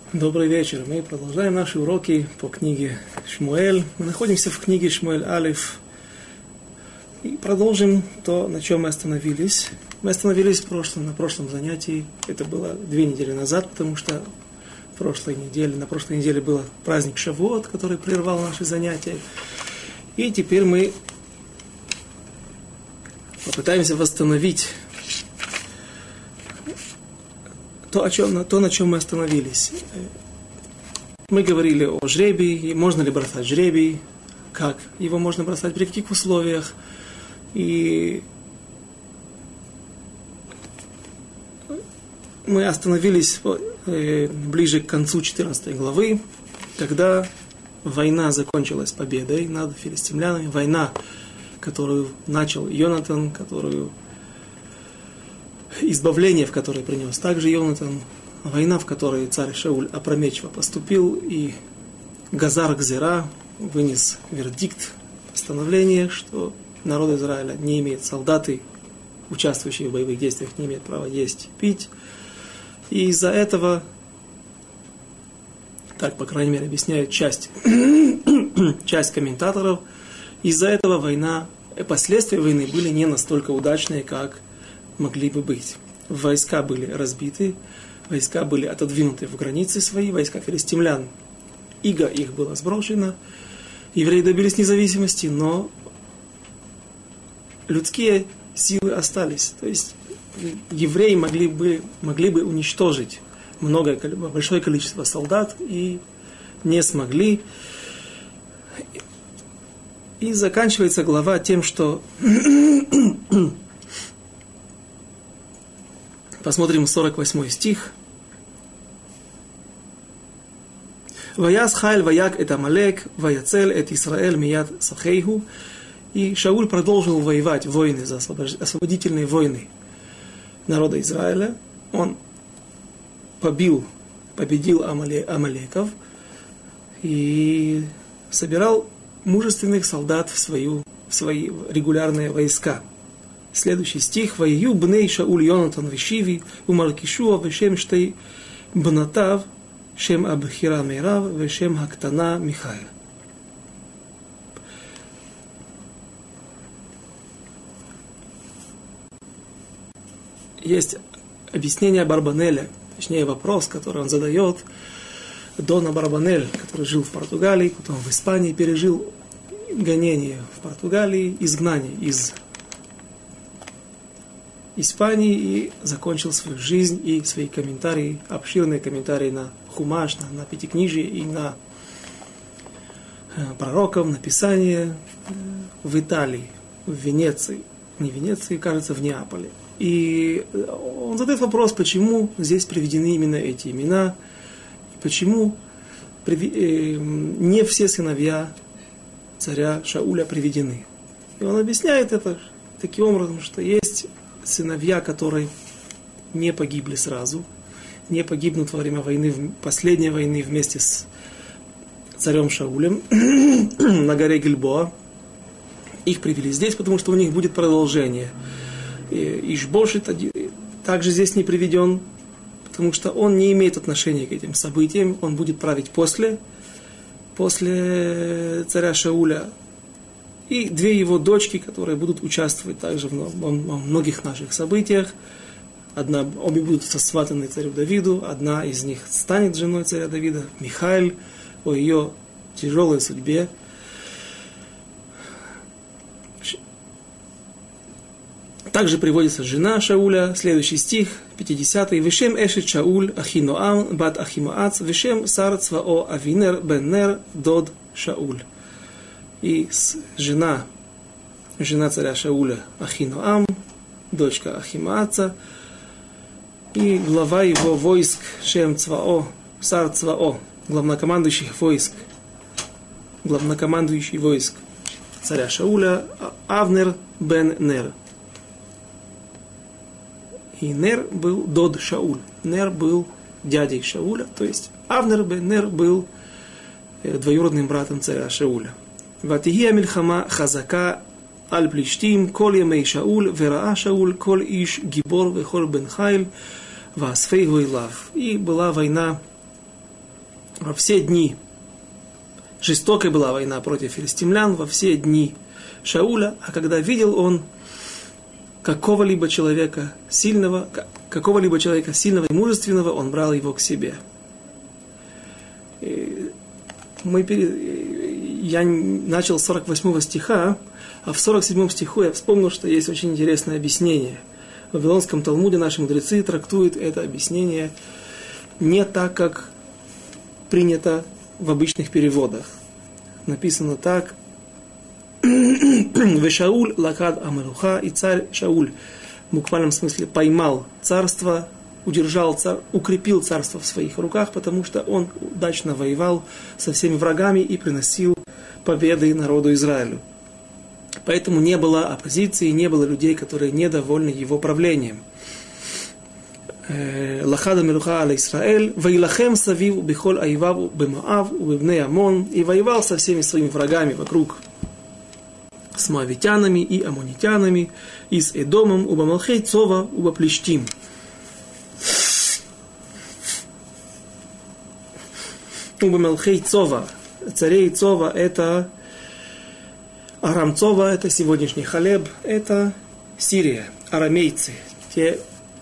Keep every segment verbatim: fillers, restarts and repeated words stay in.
Добрый вечер. Мы продолжаем наши уроки по книге Шмуэль. Мы находимся в книге Шмуэль Алеф. И продолжим то, на чем мы остановились. Мы остановились в прошлом, на прошлом занятии. Это было две недели назад, потому что в прошлой неделе, на прошлой неделе был праздник Шавуот, который прервал наши занятия. И теперь мы попытаемся восстановить То, о чем, то, на чем мы остановились. Мы говорили о жребии, можно ли бросать жребий, как его можно бросать, при каких условиях. И мы остановились ближе к концу четырнадцатой главы, когда война закончилась победой над филистимлянами. Война, которую начал Йонатан, которую избавление, в которое принес также Йонатан, война, в которой царь Шауль опрометчиво поступил, и Газар Гзера вынес вердикт, постановление, что народ Израиля не имеет, солдаты, участвующие в боевых действиях, не имеют права есть, пить. И из-за этого, так, по крайней мере, объясняет часть, часть комментаторов, из-за этого война, последствия войны были не настолько удачные, как могли бы быть. Войска были разбиты, войска были отодвинуты в границы свои, войска филистимлян, иго их было сброшено, евреи добились независимости, но людские силы остались. То есть евреи могли бы, могли бы уничтожить многое, большое количество солдат и не смогли. И заканчивается глава тем, что посмотрим сорок восьмой стих. «Ваяс хайль ваяк эт Амалек, ваяцель эт Исраэль мияд сахейху». И Шауль продолжил воевать, войны, за освободительные войны народа Израиля. Он побил, победил Амалеков и собирал мужественных солдат в, свою, в свои регулярные войска. Следующий стих. «Ваию бней Шауль Йонатан вешиви, умалкишуа вешем штей бнатав, шем абхира мейрав, вешем хактана Михаил». Есть объяснение Барбанеля, точнее вопрос, который он задает. Дона Барбанель, который жил в Португалии, потом в Испании, пережил гонение в Португалии, изгнание из Испании и закончил свою жизнь и свои комментарии, обширные комментарии на Хумаш, на, на Пятикнижие и на э, пророков, на Писание э, в Италии, в Венеции, не в Венеции, кажется, в Неаполе. И он задает вопрос, почему здесь приведены именно эти имена, и почему приви, э, не все сыновья царя Шауля приведены. И он объясняет это таким образом, что есть сыновья, которые не погибли сразу, не погибнут во время войны, последней войны вместе с царем Шаулем на горе Гильбоа. Их привели здесь, потому что у них будет продолжение. Ишбошет также здесь не приведен, потому что он не имеет отношения к этим событиям, он будет править после, после царя Шауля. И две его дочки, которые будут участвовать также во многих наших событиях. Одна, обе будут сосватаны царю Давиду, одна из них станет женой царя Давида, Михаил, о ее тяжелой судьбе. Также приводится жена Шауля, следующий стих, пятидесятый. «Вешем эшет Шауль Ахиноам бат Ахимаац, вешем сар цвао Авинер бен Нер дод Шауль». И жена, жена царя Шауля Ахиноам, дочка Ахимааца, и глава его войск Шем Цвао, Сар Цвао, главнокомандующий войск, главнокомандующий войск царя Шауля Авнер бен Нер. И Нер был дод Шауль. Нер был дядей Шауля, то есть Авнер бен Нер был двоюродным братом царя Шауля. «Ватихия мильхама хазака аль плиштим, коль ямей Шауль, вераа Шауль, коль иш гибор вехоль бен Хайль, васфей гойлав». И была война во все дни, жестокой была война против филистимлян, во все дни Шауля, а когда видел он какого-либо человека сильного, какого-либо человека сильного и мужественного, он брал его к себе. И мы перед... Я начал с сорок восьмого стиха, а в сорок седьмом стиху я вспомнил, что есть очень интересное объяснение. В Вавилонском Талмуде наши мудрецы трактуют это объяснение не так, как принято в обычных переводах. Написано так: «Вешауль лакад амелуха», и царь Шауль в буквальном смысле поймал царство, удержал, цар, укрепил царство в своих руках, потому что он удачно воевал со всеми врагами и приносил победы народу Израилю. Поэтому не было оппозиции, не было людей, которые недовольны его правлением. Лахада мелуха аля Исраэль, ваилахем савив бихоль аивав бемаав убивней Амон, и воевал со всеми своими врагами вокруг, с моавитянами и аммонитянами, и с Эдомом, уба Малхей Цова, уба Плештим. Уба Малхей Цова, царей Цова, это Арам Цова, это сегодняшний Халеб, это Сирия, арамейцы, те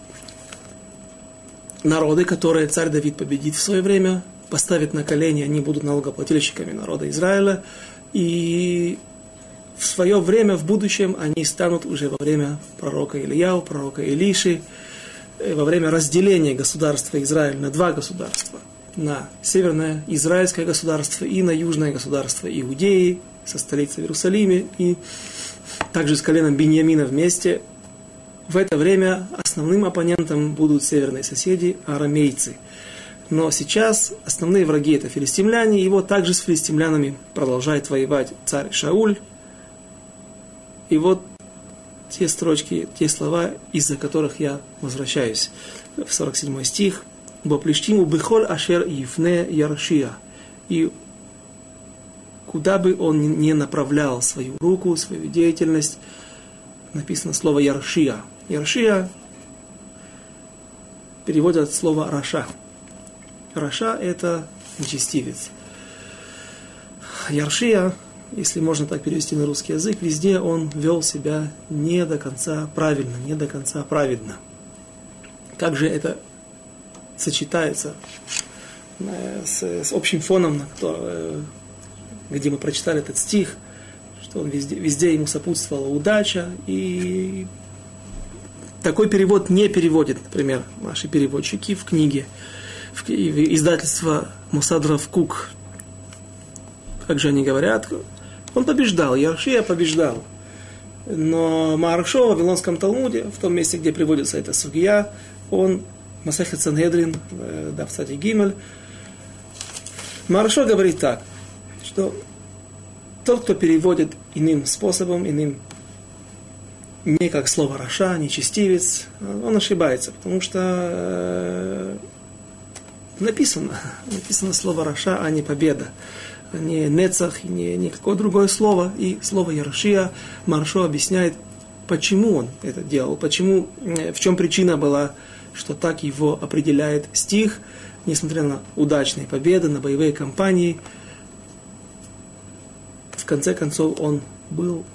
народы, которые царь Давид победит в свое время, поставит на колени, они будут налогоплательщиками народа Израиля, и в свое время, в будущем, они станут уже во время пророка Ильяу, пророка Илиши, во время разделения государства Израиля на два государства. На северное израильское государство и на южное государство Иудеи со столицей в Иерусалиме и также с коленом Биньямина вместе. В это время основным оппонентом будут северные соседи, арамейцы. Но сейчас основные враги это филистимляне, и вот также с филистимлянами продолжает воевать царь Шауль. И вот те строчки, те слова, из-за которых я возвращаюсь в сорок седьмой стих. «Боплештиму бихоль ашер ифне яршия». И куда бы он ни направлял свою руку, свою деятельность, написано слово яршия. Яршия переводят слово раша. Раша это нечестивец. Яршия, если можно так перевести на русский язык, везде он вел себя не до конца правильно, не до конца праведно. Как же это сочетается с, с общим фоном, на который, где мы прочитали этот стих, что он везде, везде ему сопутствовала удача, и такой перевод не переводит, например, наши переводчики в книге, в, в издательство Мосад Рав Кук. Как же они говорят? Он побеждал, Яршия побеждал. Но Мааршо в Вавилонском Талмуде, в том месте, где приводится эта сугия, он, Масехет Сангедрин, да, в статье Гимель, Мааршо говорит так, что тот, кто переводит иным способом, иным, не как слово раша, нечестивец, он ошибается, потому что э, написано, написано слово раша, а не победа. Не нецах, не никакое другое слово. И слово Яршия Мааршо объясняет, почему он это делал, почему, в чем причина была, что так его определяет стих, несмотря на удачные победы, на боевые кампании. В конце концов, он был,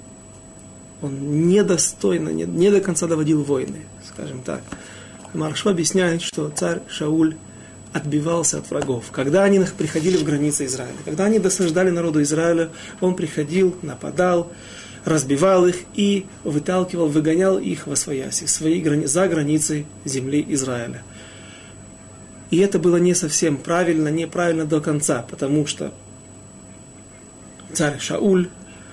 он недостойно, не, не до конца доводил войны, скажем так. Мааршо объясняет, что царь Шауль отбивался от врагов. Когда они приходили в границы Израиля, когда они досаждали народу Израиля, он приходил, нападал, разбивал их и выталкивал, выгонял их во свояси, в свои грани, за границы земли Израиля. И это было не совсем правильно, неправильно до конца, потому что царь Шауль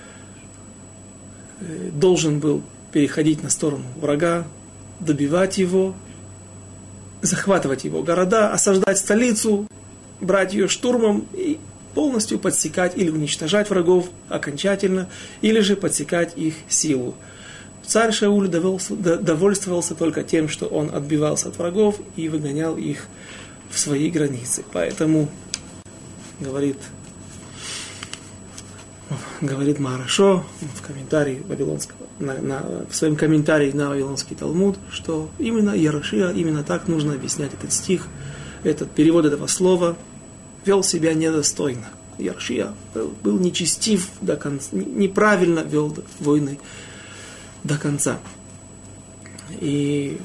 должен был переходить на сторону врага, добивать его, захватывать его города, осаждать столицу, брать ее штурмом и полностью подсекать или уничтожать врагов окончательно, или же подсекать их силу. Царь Шауль довольствовался только тем, что он отбивался от врагов и выгонял их в свои границы. Поэтому, говорит, говорит Мааршо в комментарии Вавилонского, на, на, в своем комментарии на Вавилонский Талмуд, что именно Яршия, именно так нужно объяснять этот стих, этот перевод этого слова вел себя недостойно. Яршия был, был нечестив до конца, неправильно вел войны до конца. И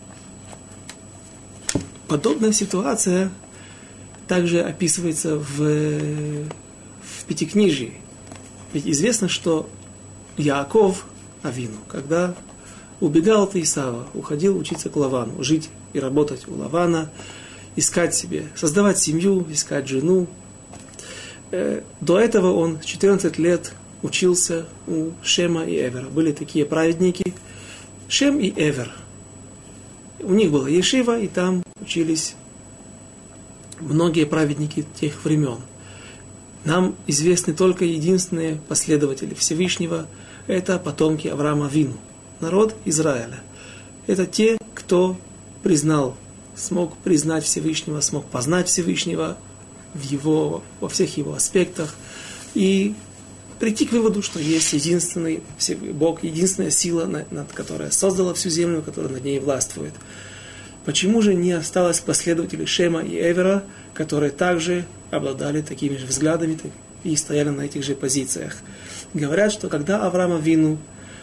подобная ситуация также описывается в, в Пятикнижии. Ведь известно, что Яаков Авину, когда убегал от Исава, уходил учиться к Лавану, жить и работать у Лавана, искать себе, создавать семью, искать жену. До этого он четырнадцать лет учился у Шема и Эвера. Были такие праведники, Шем и Эвер. У них была ешива, и там учились многие праведники тех времен. Нам известны только единственные последователи Всевышнего, это потомки Авраама Авину, народ Израиля. Это те, кто признал, смог признать Всевышнего, смог познать Всевышнего в его, во всех его аспектах и прийти к выводу, что есть единственный Бог, единственная сила, над, которая создала всю землю, которая над ней властвует. Почему же не осталось последователей Шема и Эвера, которые также обладали такими же взглядами и стояли на этих же позициях? Говорят, что когда Авраам Авину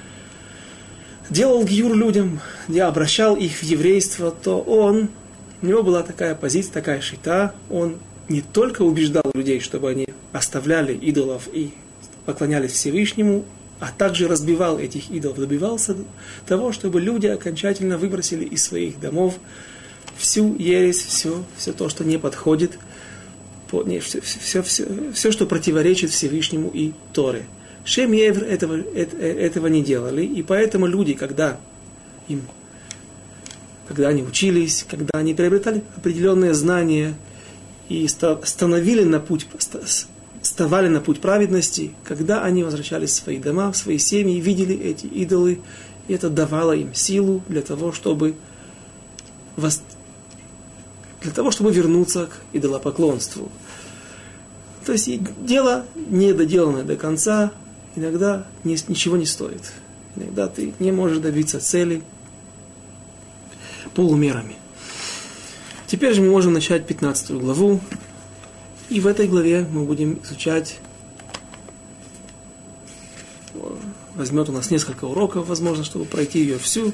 делал гиюр людям, я обращал их в еврейство, то он, у него была такая позиция, такая шита, он не только убеждал людей, чтобы они оставляли идолов и поклонялись Всевышнему, а также разбивал этих идолов, добивался того, чтобы люди окончательно выбросили из своих домов всю ересь, все, все то, что не подходит, не, все, все, все, все, что противоречит Всевышнему и Торе. Шем и Эвер этого, этого не делали, и поэтому люди, когда им, когда они учились, когда они приобретали определенные знания и становили на путь, вставали на путь праведности, когда они возвращались в свои дома, в свои семьи, видели эти идолы, и это давало им силу для того, чтобы, вос... для того, чтобы вернуться к идолопоклонству. То есть дело, недоделанное до конца, иногда не, ничего не стоит. Иногда ты не можешь добиться цели полумерами. Теперь же мы можем начать пятнадцатую главу. И в этой главе мы будем изучать, возьмет у нас несколько уроков, возможно, чтобы пройти ее всю.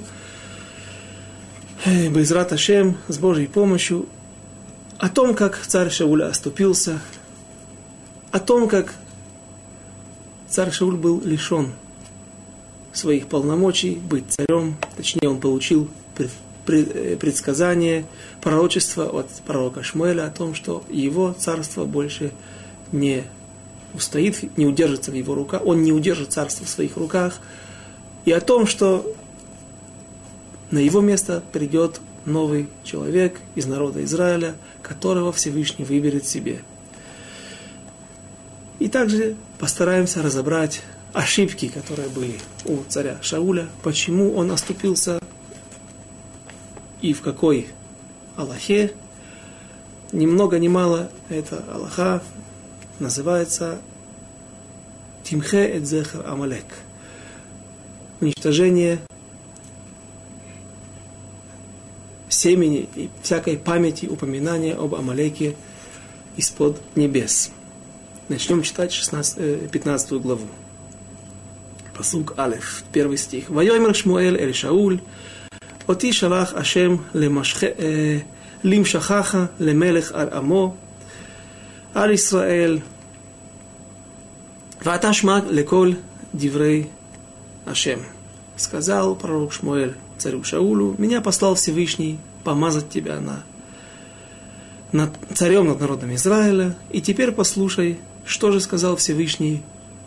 Бейзрат Ашем, с Божьей помощью, о том, как царь Шауля оступился, о том, как царь Шауль был лишен своих полномочий быть царем, точнее, он получил предсказание, пророчество от пророка Шмуэля о том, что его царство больше не устоит, не удержится в его руках, он не удержит царство в своих руках, и о том, что на его место придет новый человек из народа Израиля, которого Всевышний выберет себе. И также постараемся разобрать ошибки, которые были у царя Шауля, почему он оступился и в какой алахе. Ни много ни мало эта алаха называется Тимхе эт зехер Амалек. Уничтожение семени и всякой памяти, упоминания об Амалеке из-под небес. Начнем читать пятнадцатую главу. Пасук Алеф, первый стих. Вайомер Шмуэль эль Шауль, אותי שלח השם למשכך למלך על עמו, על ישראל, ואתה שמע לכל דברי השם. Сказал пророк Шмуэль царю Шаулю: меня послал Всевышний помазать тебя на, над царем над народом Израиля, и теперь послушай, что же сказал Всевышний,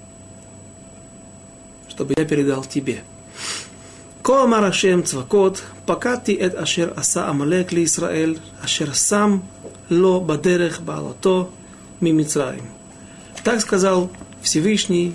чтобы я передал тебе. כה אמר השם צבקות, פקדתי את אשר עשה עמלק לישראל, אשר שם לו בדרך בעלתו ממצרים. Так сказал Всевышний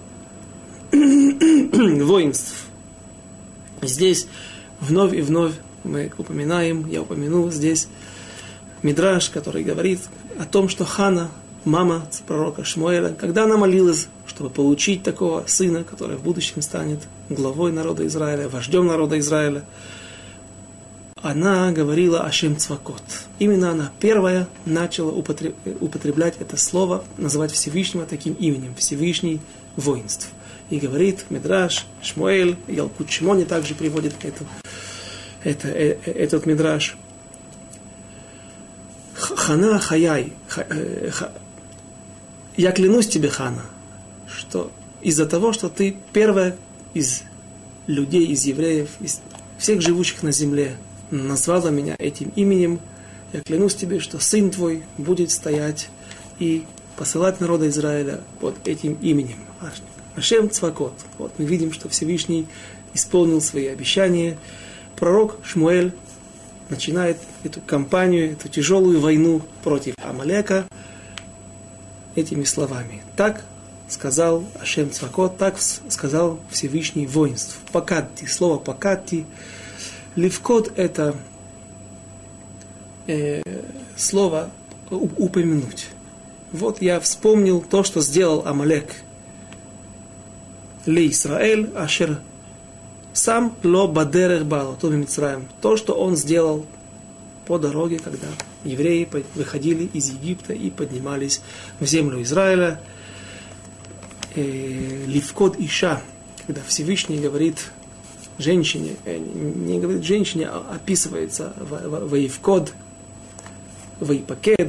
воинств. Здесь вновь и вновь мы упоминаем, я упомяну здесь Мидраш, который говорит о том, что Хана, мама пророка Шмуэля, когда она молилась, чтобы получить такого сына, который в будущем станет главой народа Израиля, вождем народа Израиля, она говорила Ашем Цвакот. Именно она первая начала употреблять это слово, называть Всевышнего таким именем, Всевышний воинств. И говорит Мидраш, Шмуэль, Ялкут Шимони также приводит это, это, этот Мидраш. Хана Хаяй, я клянусь тебе, Хана, что из-за того, что ты первая из людей, из евреев, из всех живущих на земле, назвала меня этим именем, я клянусь тебе, что сын твой будет стоять и посылать народа Израиля под этим именем. Ашем Цвакот. Вот мы видим, что Всевышний исполнил свои обещания. Пророк Шмуэль начинает эту кампанию, эту тяжелую войну против Амалека этими словами. Так сказал Ашем Цвакот, так сказал Всевышний воинств. Покатти, слово покатти. Левкот — это э, слово упомянуть. Вот я вспомнил то, что сделал Амалек Ле Исраэль, Ашер сам ло бадерех бало, то Мицраим. То, что он сделал по дороге, когда евреи выходили из Египта и поднимались в землю Израиля. Э, Ливкот Иша, когда Всевышний говорит женщине, не говорит женщине, а описывается Ваивкод, Ваипакед,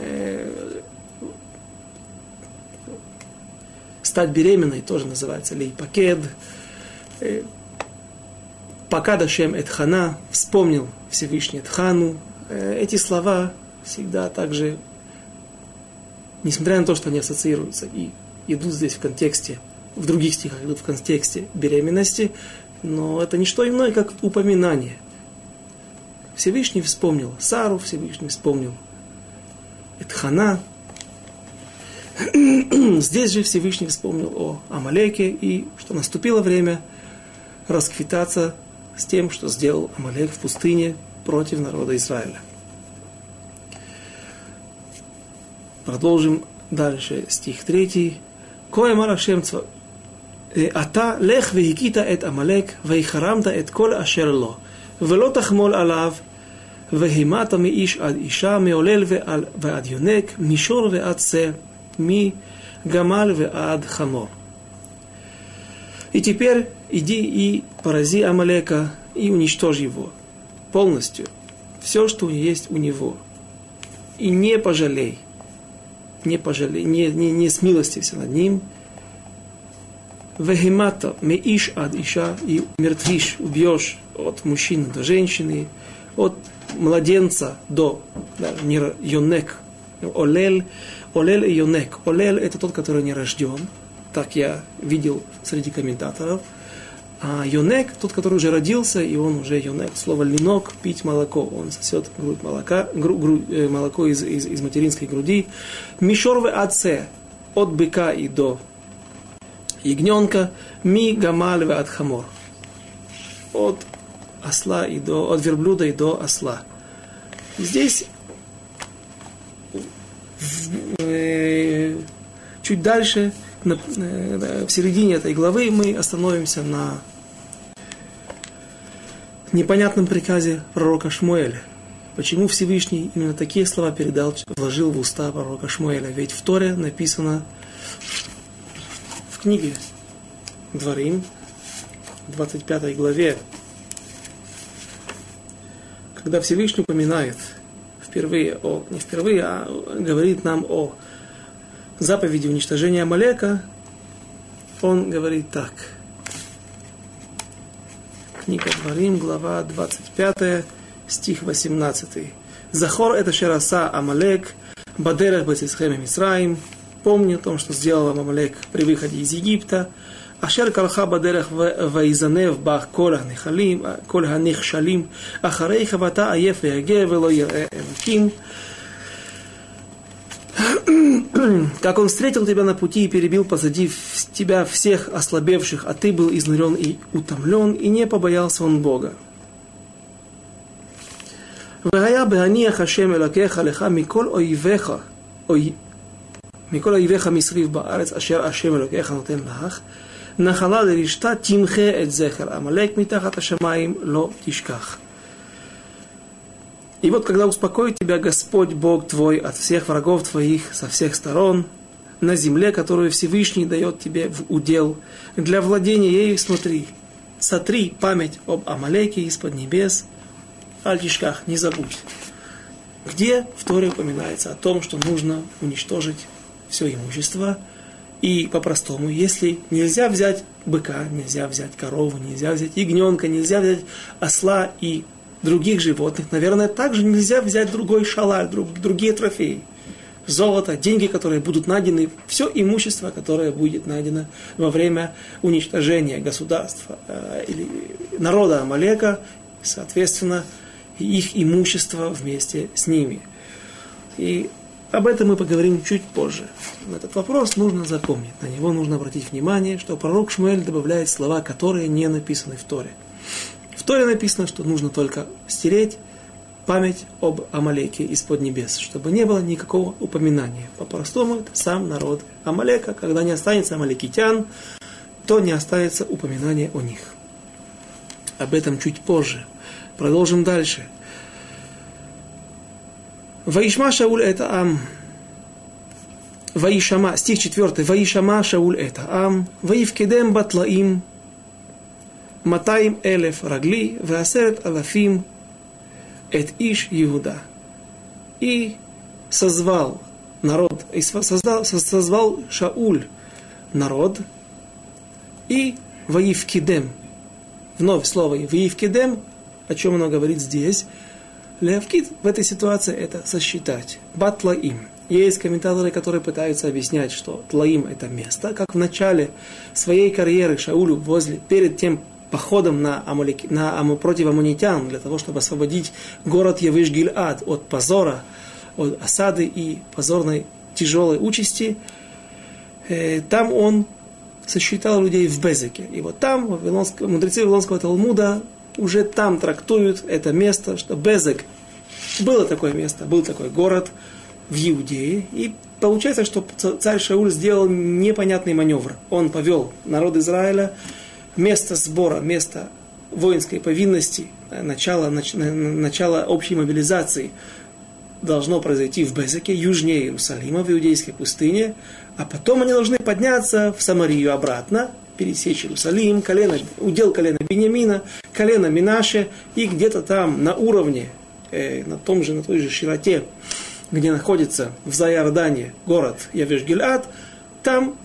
стать беременной тоже называется Лейпакед. Пока Дашем Эдхана, вспомнил Всевышний Эдхану. Эти слова всегда также, несмотря на то, что они ассоциируются и идут здесь в контексте, в других стихах идут в контексте беременности, но это не что иное, как упоминание. Всевышний вспомнил Сару, Всевышний вспомнил Эдхана. Здесь же Всевышний вспомнил о Амалеке, и что наступило время расквитаться с тем, что сделал Амалек в пустыне против народа Израиля. Продолжим дальше стих третий. Коэмар Ашем Цвакот. אתה לך והכית את עמלק והחרמת את כל אשר לו ולא תחמול עליו והימאת מאיש עד אישה מעולל ועד יונק מישור ועד שא מגמל ועד חמור. И теперь иди и порази Амалека и уничтожь его полностью, все, что есть у него, и не пожалей, не пожалей, не, не, не смилостивься над ним. Вехимата меиш ад иша, и умертвишь, убьешь от мужчины до женщины, от младенца до да, йонек, олель, олель и йонек. Олель — это тот, который не рожден, так я видел среди комментаторов. А йонек — тот, который уже родился, и он уже йонек. Слово линок — пить молоко, он сосет грудь молока, гру, гру, э, молоко из, из, из материнской груди. Мишорве аце, от быка и до ягненка, ми гамаль ве ад хамор, от осла и до, от верблюда и до осла. Здесь э, чуть дальше, на, э, в середине этой главы, мы остановимся на непонятном приказе пророка Шмуэля. Почему Всевышний именно такие слова передал, вложил в уста пророка Шмуэля? Ведь в Торе написано, в книге Дворим, в двадцать пятой главе, когда Всевышний упоминает впервые, о, не впервые, а говорит нам о заповеди уничтожения Амалека, он говорит так. Книга Дворим, глава двадцать пятая, стих восемнадцатый. Захор это шераса Амалек, бадерах бецисхем Мицраим. Помни о том, что сделал Амалек при выходе из Египта. Ашер калха бадерах ваизанев бах коль ханехалим, коль ханехшалим, ахарей хавата аеф яге вело яре элоким. Как он встретил тебя на пути и перебил позади тебя всех ослабевших, а ты был изнурен и утомлен, и не побоялся он Бога. והיה בהניח השם אלוקיך לך מכל אויביך, מכל אויביך מסביב בארץ אשר השם אלוקיך נותן לך, נחלה לרשתה תמחה את זכר עמלק מתחת השמיים לא תשכח. И вот когда успокоит тебя Господь Бог твой от всех врагов твоих со всех сторон, на земле, которую Всевышний дает тебе в удел, для владения ею смотри, сотри память об Амалеке из-под небес, аль-тишках, не забудь. Где в Торе упоминается о том, что нужно уничтожить все имущество, и по-простому, если нельзя взять быка, нельзя взять корову, нельзя взять ягненка, нельзя взять осла и других животных, наверное, также нельзя взять другой шалаль, друг, другие трофеи. Золото, деньги, которые будут найдены, все имущество, которое будет найдено во время уничтожения государства э, или народа Амалека, соответственно, их имущество вместе с ними. И об этом мы поговорим чуть позже. Но этот вопрос нужно запомнить, на него нужно обратить внимание, что пророк Шмуэль добавляет слова, которые не написаны в Торе. В Торе написано, что нужно только стереть память об Амалеке из-под небес, чтобы не было никакого упоминания. По-простому, это сам народ Амалека. Когда не останется амалекитян, то не останется упоминания о них. Об этом чуть позже. Продолжим дальше. Ваишма Шауль это ам. Ваишама, стих четвертый. Ваишама Шауль это ам. Ваивкедем батлаим. Матаим элеф рагли. Ваасерет алафим. Эт иш Иуда. И созвал народ, и создал, созвал Шауль народ, и Ваивкидем. Вновь слово Ваивкидем, о чем оно говорит здесь. Леавкид в этой ситуации это сосчитать. Батлаим. Есть комментаторы, которые пытаются объяснять, что Тлаим это место, как в начале своей карьеры Шаулю возле, перед тем походом на, Амалик, на Ам, против аммонитян, для того, чтобы освободить город Явиш-Гильад от позора, от осады и позорной тяжелой участи, э, там он сосчитал людей в Безеке. И вот там мудрецы Вавилонского Талмуда уже там трактуют это место, что Безек, было такое место, был такой город в Иудее, и получается, что царь Шауль сделал непонятный маневр. Он повел народ Израиля, место сбора, место воинской повинности, начало, нач, начало общей мобилизации должно произойти в Безеке, южнее Иерусалима, в Иудейской пустыне, а потом они должны подняться в Самарию обратно, пересечь Иерусалим, колено, удел колена Биньямина, колено Минаше, и где-то там на уровне, э, на том же, на той же широте, где находится в Зайордане город Явиш-Гильад, там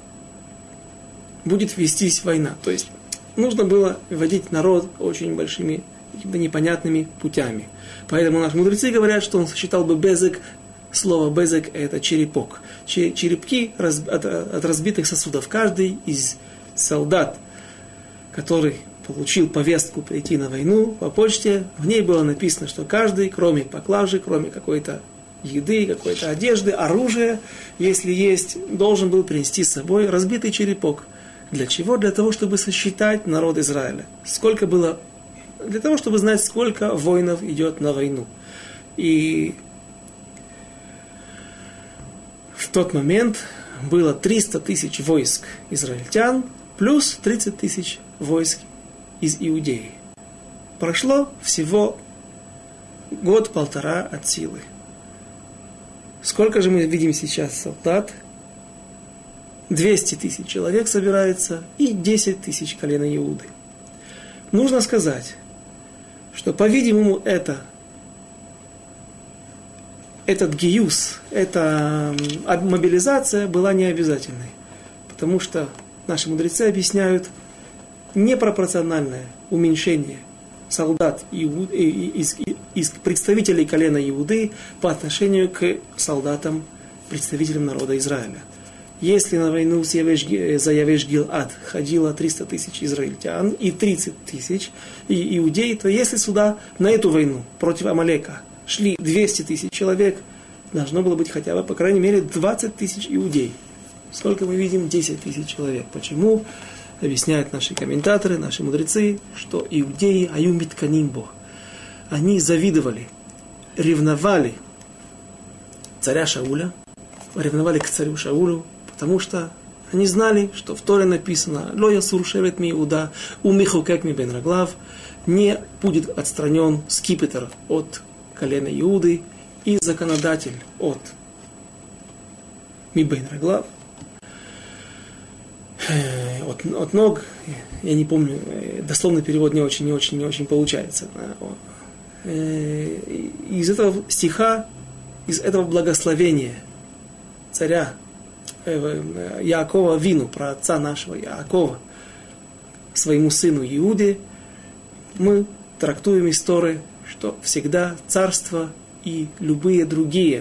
будет вестись война. То есть нужно было вводить народ очень большими, непонятными путями. Поэтому наши мудрецы говорят, что он сосчитал бы Безек, слово Безек это черепок. Черепки от, от разбитых сосудов. Каждый из солдат, который получил повестку прийти на войну по почте, в ней было написано, что каждый, кроме поклажи, кроме какой-то еды, какой-то одежды, оружия, если есть, должен был принести с собой разбитый черепок. Для чего? Для того, чтобы сосчитать народ Израиля. Сколько было... Для того, чтобы знать, сколько воинов идет на войну. И в тот момент было триста тысяч войск израильтян, плюс тридцать тысяч войск из Иудеи. Прошло всего год-полтора от силы. Сколько же мы видим сейчас солдат? двести тысяч человек собирается и десять тысяч колена Иуды. Нужно сказать, что, по-видимому, это, этот гиюс, эта мобилизация была необязательной, потому что наши мудрецы объясняют непропорциональное уменьшение солдат Иуд, из, из представителей колена Иуды по отношению к солдатам, представителям народа Израиля. Если на войну за Явиш-Гильад ходило триста тысяч израильтян и тридцать тысяч и иудей, то если сюда, на эту войну против Амалека, шли двести тысяч человек, должно было быть хотя бы, по крайней мере, двадцать тысяч иудей. Сколько мы видим? десять тысяч человек. Почему? Объясняют наши комментаторы, наши мудрецы, что иудеи аюмит канимбо. Они завидовали, ревновали царя Шауля, ревновали к царю Шаулю, потому что они знали, что в Торе написано «Ло ясур шевет ми Иуда, у михукек ми бен раглав», не будет отстранен скипетр от колена Иуды и законодатель от Мибейн Раглав, от, от ног, я не помню, дословный перевод не очень, не очень, не очень получается. Из этого стиха, из этого благословения царя Яакова Вину, про отца нашего Яакова, своему сыну Иуде, мы трактуем из Торы, что всегда царство и любые другие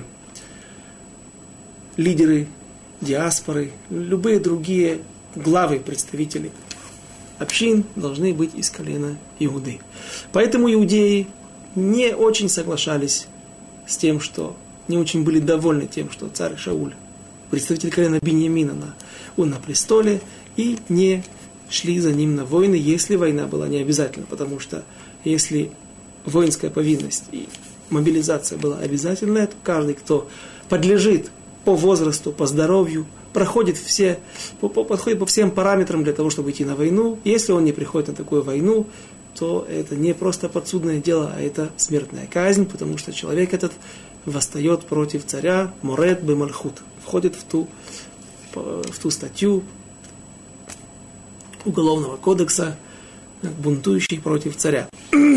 лидеры, диаспоры, любые другие главы, представители общин должны быть из колена Иуды. Поэтому иудеи не очень соглашались с тем, что не очень были довольны тем, что царь Шауль, представитель колена Биньямина, он на престоле, и не шли за ним на войны, если война была не обязательна, потому что если воинская повинность и мобилизация была обязательная, то каждый, кто подлежит по возрасту, по здоровью, проходит все, подходит по всем параметрам для того, чтобы идти на войну. Если он не приходит на такую войну, то это не просто подсудное дело, а это смертная казнь, потому что человек этот восстает против царя Моред бе-Мальхут, входит в ту, в ту статью Уголовного кодекса, бунтующий против царя.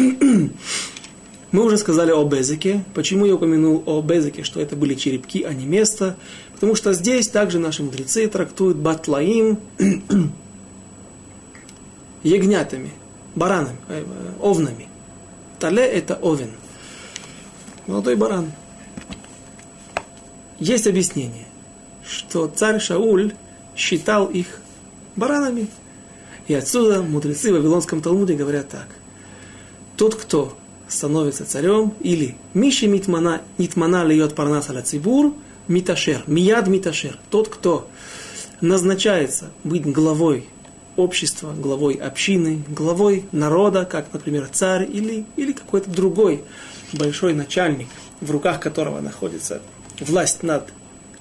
Мы уже сказали о Безеке. Почему я упомянул о Безеке, что это были черепки, а не место? Потому что здесь также наши мудрецы трактуют батлаим ягнятами, баранами, э, овнами. Тале – это овен, молодой баран. Есть объяснение, что царь Шауль считал их баранами. И отсюда мудрецы в Вавилонском Талмуде говорят так. Тот, кто становится царем, или Миши Митмана Нитмана льет парнас аля цибур, Миташер, Мияд Миташер, тот, кто назначается быть главой общества, главой общины, главой народа, как, например, царь или, или какой-то другой большой начальник, в руках которого находится власть над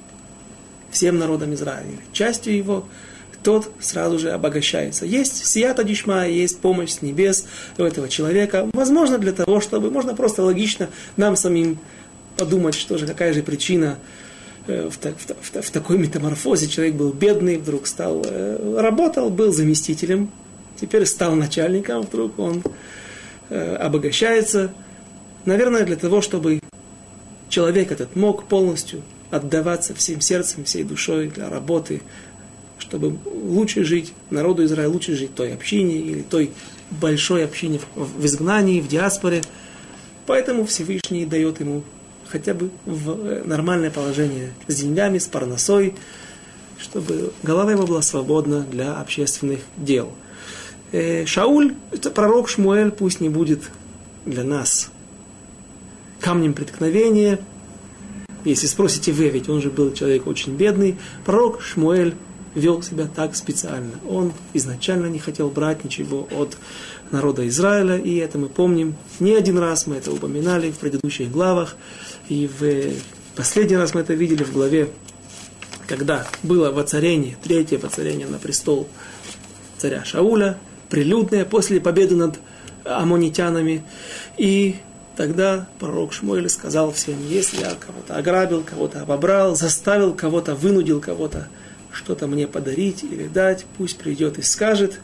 всем народом Израиля, частью его, тот сразу же обогащается. Есть сията дишма, есть помощь с небес у этого человека. Возможно, для того, чтобы, можно просто логично нам самим подумать, что же, какая же причина в, в, в, в такой метаморфозе. Человек был бедный, вдруг стал, работал, был заместителем, теперь стал начальником, вдруг он обогащается. Наверное, для того, чтобы человек этот мог полностью отдаваться всем сердцем, всей душой для работы, чтобы лучше жить, народу Израиля лучше жить в той общине или той большой общине в изгнании, в диаспоре. Поэтому Всевышний дает ему хотя бы в нормальное положение с деньгами, с парносой, чтобы голова его была свободна для общественных дел. Шауль, это пророк Шмуэль, пусть не будет для нас камнем преткновения. Если спросите вы, ведь он же был человек очень бедный, пророк Шмуэль вел себя так специально. Он изначально не хотел брать ничего от народа Израиля, и это мы помним. Не один раз мы это упоминали в предыдущих главах, и в последний раз мы это видели в главе, когда было воцарение, третье воцарение на престол царя Шауля, прилюдное, после победы над аммонитянами. И тогда пророк Шмуэль сказал всем, если я кого-то ограбил, кого-то обобрал, заставил кого-то, вынудил кого-то что-то мне подарить или дать, пусть придет и скажет.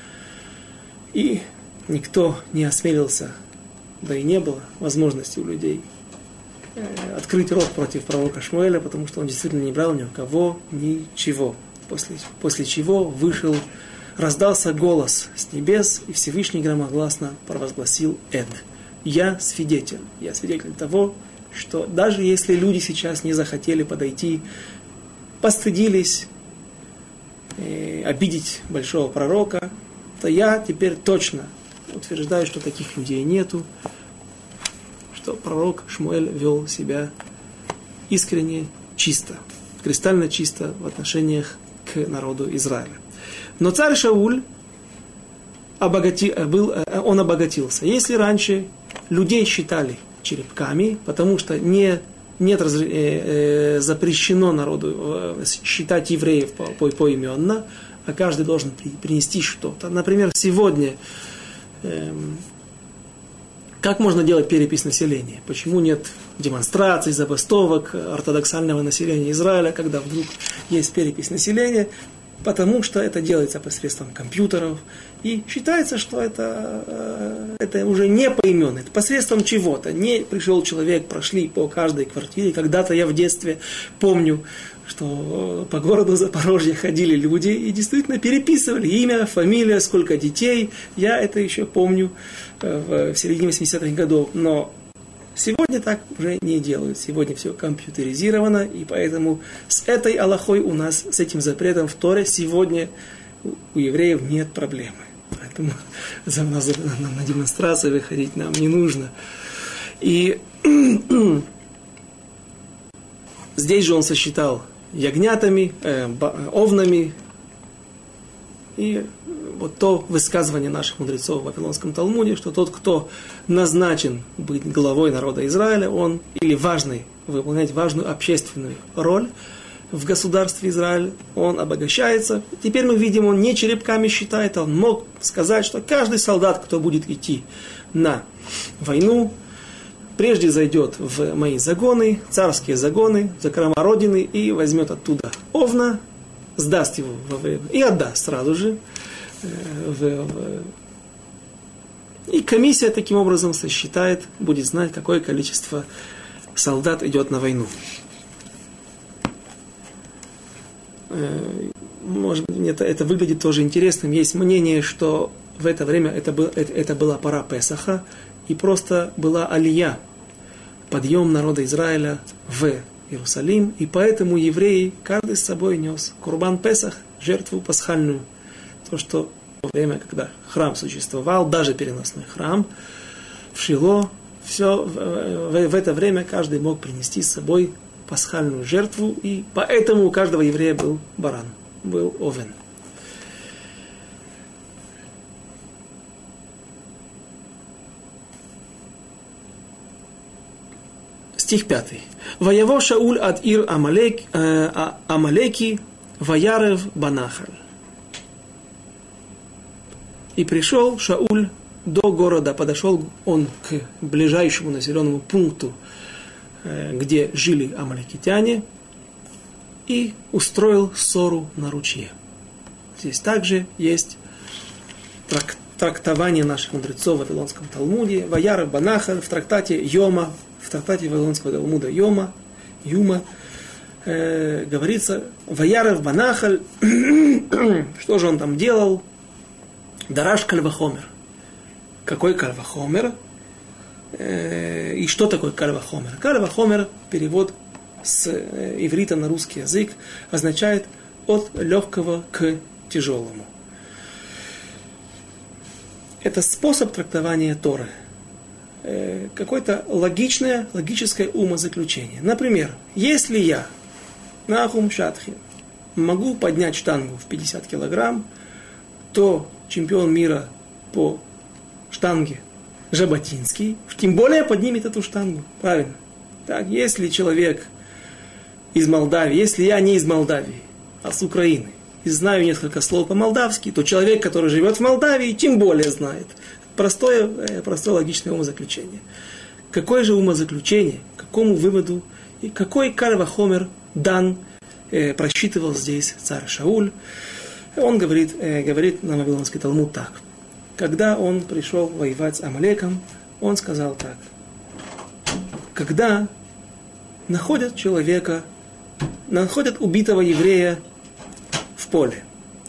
И никто не осмелился, да и не было возможности у людей открыть рот против пророка Шмуэля, потому что он действительно не брал ни у кого ничего. После, после чего вышел, раздался голос с небес, и Всевышний громогласно провозгласил это. Я свидетель, я свидетель того, что даже если люди сейчас не захотели подойти, постыдились э, обидеть большого пророка, то я теперь точно утверждаю, что таких людей нету, что пророк Шмуэль вел себя искренне, чисто, кристально чисто в отношениях к народу Израиля. Но царь Шауль обогати, был, он обогатился. Если раньше людей считали черепками, потому что не Нет, э, э, запрещено народу э, считать евреев по, по, поименно, а каждый должен при, принести что-то. Например, сегодня э, Как можно делать перепись населения? Почему нет демонстраций, забастовок ортодоксального населения Израиля, когда вдруг есть перепись населения? Потому что это делается посредством компьютеров. И считается, что это, это уже не поименно, это посредством чего-то. Не пришел человек, прошли по каждой квартире. Когда-то я в детстве помню, что по городу Запорожья ходили люди и действительно переписывали имя, фамилия, сколько детей. Я это еще помню в середине восьмидесятых годов. Но сегодня так уже не делают. Сегодня все компьютеризировано, и поэтому с этой алахой у нас, с этим запретом в Торе, сегодня у евреев нет проблемы. Поэтому за нас на, на демонстрации выходить нам не нужно. И здесь же он сосчитал ягнятами, э, овнами. И вот то высказывание наших мудрецов в Вавилонском Талмуде, что тот, кто назначен быть главой народа Израиля, он или важный, выполнять важную общественную роль в государстве Израиль, он обогащается. Теперь мы видим, он не черепками считает, он мог сказать, что каждый солдат, кто будет идти на войну, прежде зайдет в мои загоны, царские загоны, закрома родины, и возьмет оттуда овна, сдаст его во время, и отдаст сразу же. В, в, и комиссия таким образом сосчитает, будет знать, какое количество солдат идет на войну. Может быть, это, это выглядит тоже интересным. Есть мнение, что в это время это, был, это, это была пора Песаха, и просто была алия, подъем народа Израиля в Иерусалим, и поэтому евреи каждый с собой нес курбан Песах, жертву пасхальную. То, что во время, когда храм существовал, даже переносной храм, в Шило, все, в, в, в это время каждый мог принести с собой пасхальную жертву, и поэтому у каждого еврея был баран, был овен. Стих пятый. Ваяво Шауль ад ир Амалек, э, Амалеки ваярев банахаль. И пришел Шауль до города, подошел он к ближайшему населенному пункту, где жили амалекитяне, и устроил ссору на ручье. Здесь также есть трак, трактование наших мудрецов в Вавилонском Талмуде, Ваяр Банахаль, в трактате Йома, в трактате Вавилонского Талмуда Йома, Юма, э, говорится, Ваяр Банахаль, что же он там делал? Дараш кальвахомер. Какой кальвахомер? И что такое кальвахомер? Кальвахомер, перевод с иврита на русский язык, означает от легкого к тяжелому. Это способ трактования Торы. Какое-то логичное, логическое умозаключение. Например, если я на Хумшатхе могу поднять штангу в пятьдесят килограмм, то чемпион мира по штанге Жаботинский, тем более поднимет эту штангу. Правильно. Так, если человек из Молдавии, если я не из Молдавии, а с Украины, и знаю несколько слов по-молдавски, то человек, который живет в Молдавии, тем более знает. Простое, простое логичное умозаключение. Какое же умозаключение, к какому выводу, и какой кальвахомер дан э, просчитывал здесь царь Шауль? Он говорит, э, говорит на Вавилонский Талмуд так. Когда он пришел воевать с Амалеком, он сказал так. Когда находят человека, находят убитого еврея в поле,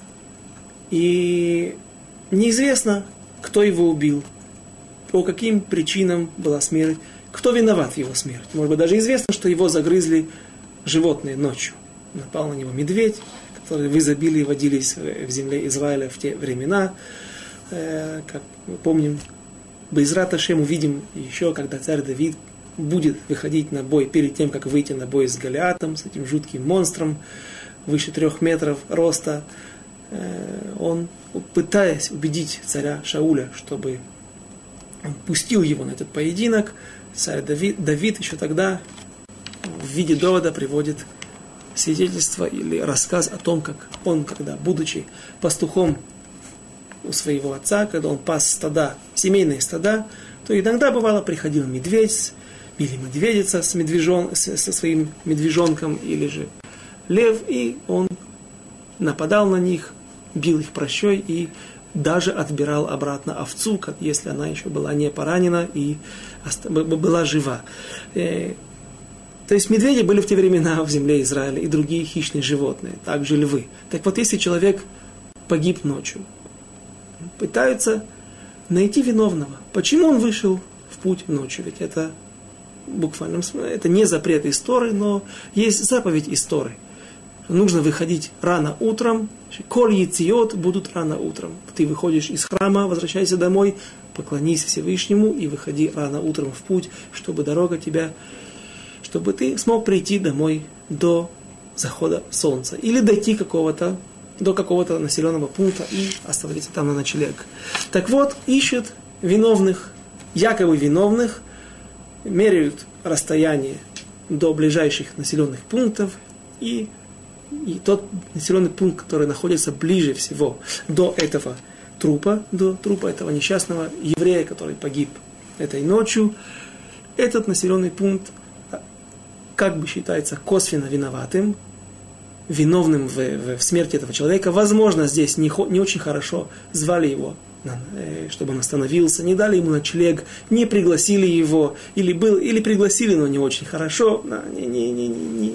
и неизвестно, кто его убил, по каким причинам была смерть, кто виноват в его смерти. Может быть, даже известно, что его загрызли животные ночью. Напал на него медведь, которые в изобилии водились в земле Израиля в те времена. Как мы помним, Бейзрат Ашем увидим еще, когда царь Давид будет выходить на бой, перед тем, как выйти на бой с Голиатом, с этим жутким монстром, выше трех метров роста. Он, пытаясь убедить царя Шауля, чтобы он пустил его на этот поединок, царь Давид, Давид еще тогда в виде довода приводит свидетельство или рассказ о том, как он, когда, будучи пастухом у своего отца, когда он пас стада, семейные стада, то иногда бывало приходил медведь или медведица с медвежон, с, со своим медвежонком, или же лев, и он нападал на них, бил их прощой и даже отбирал обратно овцу, если она еще была не поранена и была жива. То есть медведи были в те времена в земле Израиля и другие хищные животные, также львы. Так вот, если человек погиб ночью, пытаются найти виновного. Почему он вышел в путь ночью? Ведь это буквально, это не запрет истории, но есть заповедь истории. Нужно выходить рано утром. Коль яциот будут рано утром. Ты выходишь из храма, возвращайся домой, поклонись Всевышнему и выходи рано утром в путь, чтобы дорога тебя, чтобы ты смог прийти домой до захода солнца. Или дойти какого-то, до какого-то населенного пункта и остановиться там на ночлег. Так вот, ищут виновных, якобы виновных, меряют расстояние до ближайших населенных пунктов и И тот населенный пункт, который находится ближе всего до этого трупа, до трупа этого несчастного еврея, который погиб этой ночью, этот населенный пункт как бы считается косвенно виноватым, виновным в, в, в смерти этого человека. Возможно, здесь не, не очень хорошо звали его, чтобы он остановился, не дали ему ночлег, не пригласили его, или, был, или пригласили, но не очень хорошо. Не, не, не, не.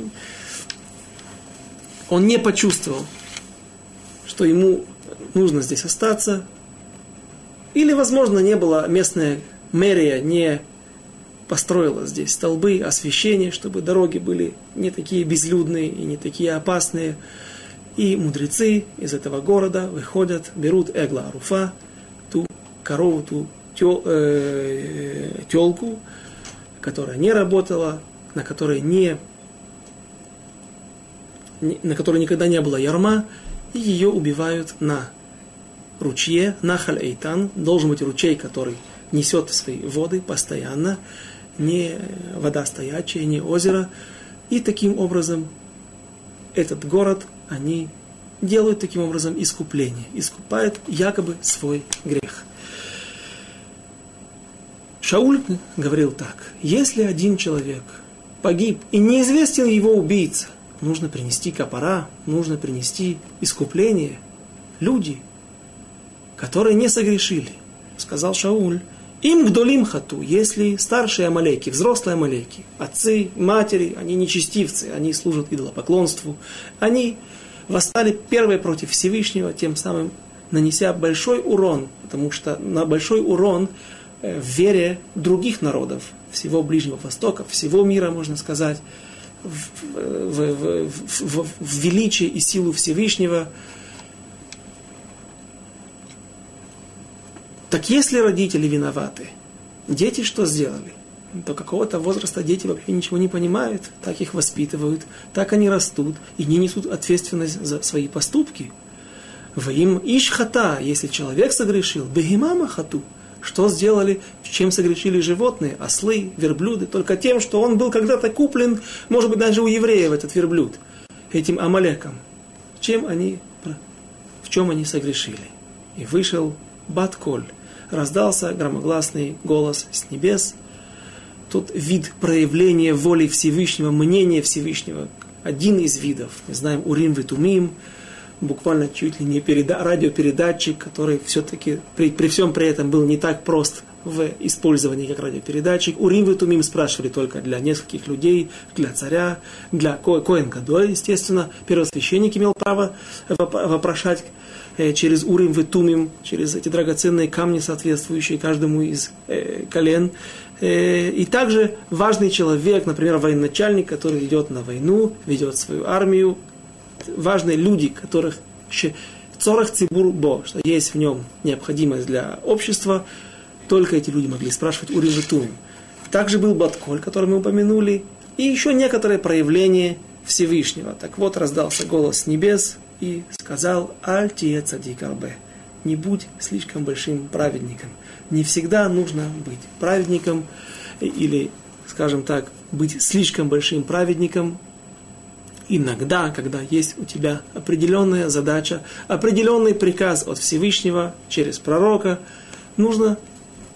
Он не почувствовал, что ему нужно здесь остаться. Или, возможно, не было, местная мэрия не построила здесь столбы освещения, чтобы дороги были не такие безлюдные и не такие опасные. И мудрецы из этого города выходят, берут эгла аруфа, ту корову, ту тел, э, телку, которая не работала, на которой не на которой никогда не было ярма, и ее убивают на ручье, Нахаль Эйтан, должен быть ручей, который несет свои воды постоянно, не вода стоячая, не озеро, и таким образом этот город они делают таким образом искупление, искупают якобы свой грех. Шауль говорил так: если один человек погиб и неизвестен его убийца, нужно принести капара, нужно принести искупление. Люди, которые не согрешили. Сказал Шауль: им гдолим хату, если старшие амалеки, взрослые амалеки, отцы, матери, они нечестивцы, они служат идолопоклонству, они восстали первые против Всевышнего, тем самым нанеся большой урон, потому что на большой урон в вере других народов, всего Ближнего Востока, всего мира, можно сказать, В, в, в, в, в величие и силу Всевышнего. Так если родители виноваты, дети что сделали? До какого-то возраста дети вообще ничего не понимают, так их воспитывают, так они растут и не несут ответственность за свои поступки. В им ишхата, если человек согрешил, бегимама хату. Что сделали, чем согрешили животные, ослы, верблюды? Только тем, что он был когда-то куплен, может быть, даже у евреев этот верблюд, этим амалеком. Чем они, в чем они согрешили? И вышел Бат-Коль, раздался громогласный голос с небес. Тут вид проявления воли Всевышнего, мнения Всевышнего, один из видов. Мы знаем Урим и Тумим, буквально чуть ли не переда- радиопередатчик, который все-таки при, при всем при этом был не так прост в использовании как радиопередатчик. Урим и Тумим спрашивали только для нескольких людей, для царя, для ко- Коэн Гадоль, естественно. Первосвященник имел право воп- вопрошать э, через Урим и Тумим, через эти драгоценные камни, соответствующие каждому из э, колен. Э, и также важный человек, например, военачальник, который идет на войну, ведет свою армию, важные люди, которых цорах цибур бо, что есть в нем необходимость для общества, только эти люди могли спрашивать Урим и Тумим. Также был Бат-Коль, который мы упомянули, и еще некоторые проявления Всевышнего. Так вот, раздался голос с небес и сказал: «Аль тие цадик арбе». Не будь слишком большим праведником. Не всегда нужно быть праведником, или, скажем так, быть слишком большим праведником. Иногда, когда есть у тебя определенная задача, определенный приказ от Всевышнего через пророка, нужно